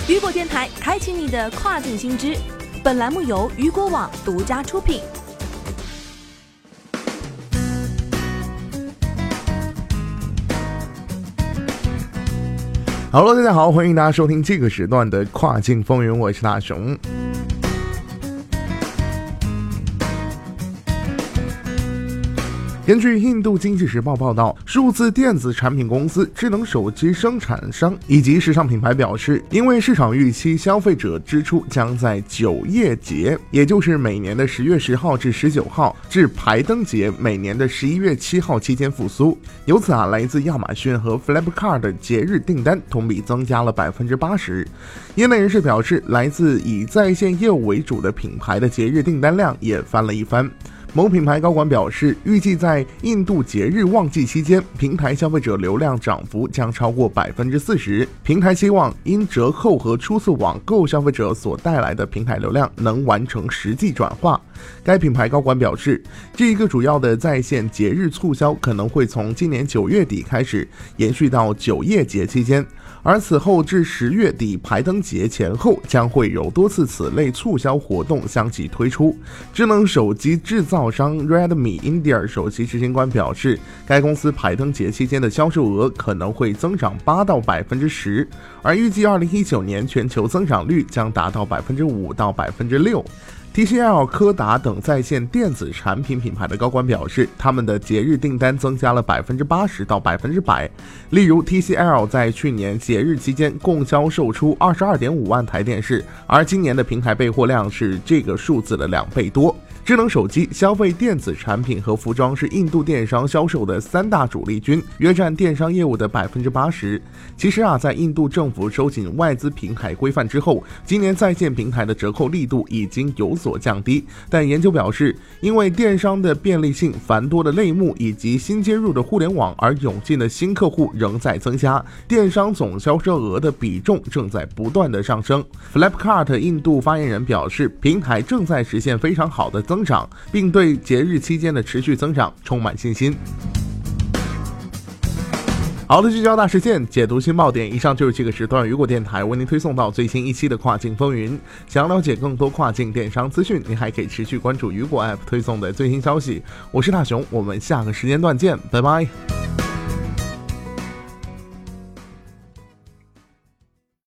雨果电台开启你的跨境新知，本栏目由雨果网独家出品。 Hello， 大家好，欢迎大家收听这个时段的跨境风云，我是大熊。根据印度经济时报报道，数字电子产品公司、智能手机生产商以及时尚品牌表示，因为市场预期消费者支出将在9业节，也就是每年的10月10号至19号至排灯节每年的11月7号期间复苏。由此来自亚马逊和 Flipkart 的节日订单同比增加了 80%。业内人士表示，来自以在线业务为主的品牌的节日订单量也翻了一番。某品牌高管表示，预计在印度节日旺季期间，平台消费者流量涨幅将超过 40%。平台希望因折扣和初次网购消费者所带来的平台流量能完成实际转化。该品牌高管表示，这一个主要的在线节日促销可能会从今年9月底开始延续到9业节期间，而此后至10月底排灯节前后将会有多次此类促销活动相继推出。智能手机制造商 Redmi India 首席执行官表示，该公司排灯节期间的销售额可能会增长8到 10%， 而预计2019年全球增长率将达到 5% 到 6%。TCL、柯达等在线电子产品品牌的高管表示，他们的节日订单增加了 80% 到 100%。例如 TCL 在去年节日期间共销售出 22.5 万台电视，而今年的平台备货量是这个数字的2倍多。智能手机、消费电子产品和服装是印度电商销售的3大主力军，约占电商业务的 80%。其实在印度政府收紧外资平台规范之后，今年在线平台的折扣力度已经有所降低，但研究表示，因为电商的便利性、繁多的类目以及新接入的互联网而涌进的新客户仍在增加，电商总销售额的比重正在不断的上升。Flipkart 印度发言人表示，平台正在实现非常好的增长，并对节日期间的持续增长充满信心。好的，聚焦大事件，解读新爆点。以上就是这个时段雨果电台为您推送到最新一期的跨境风云。想要了解更多跨境电商资讯，您还可以持续关注雨果 App 推送的最新消息。我是大熊，我们下个时间段见，拜拜。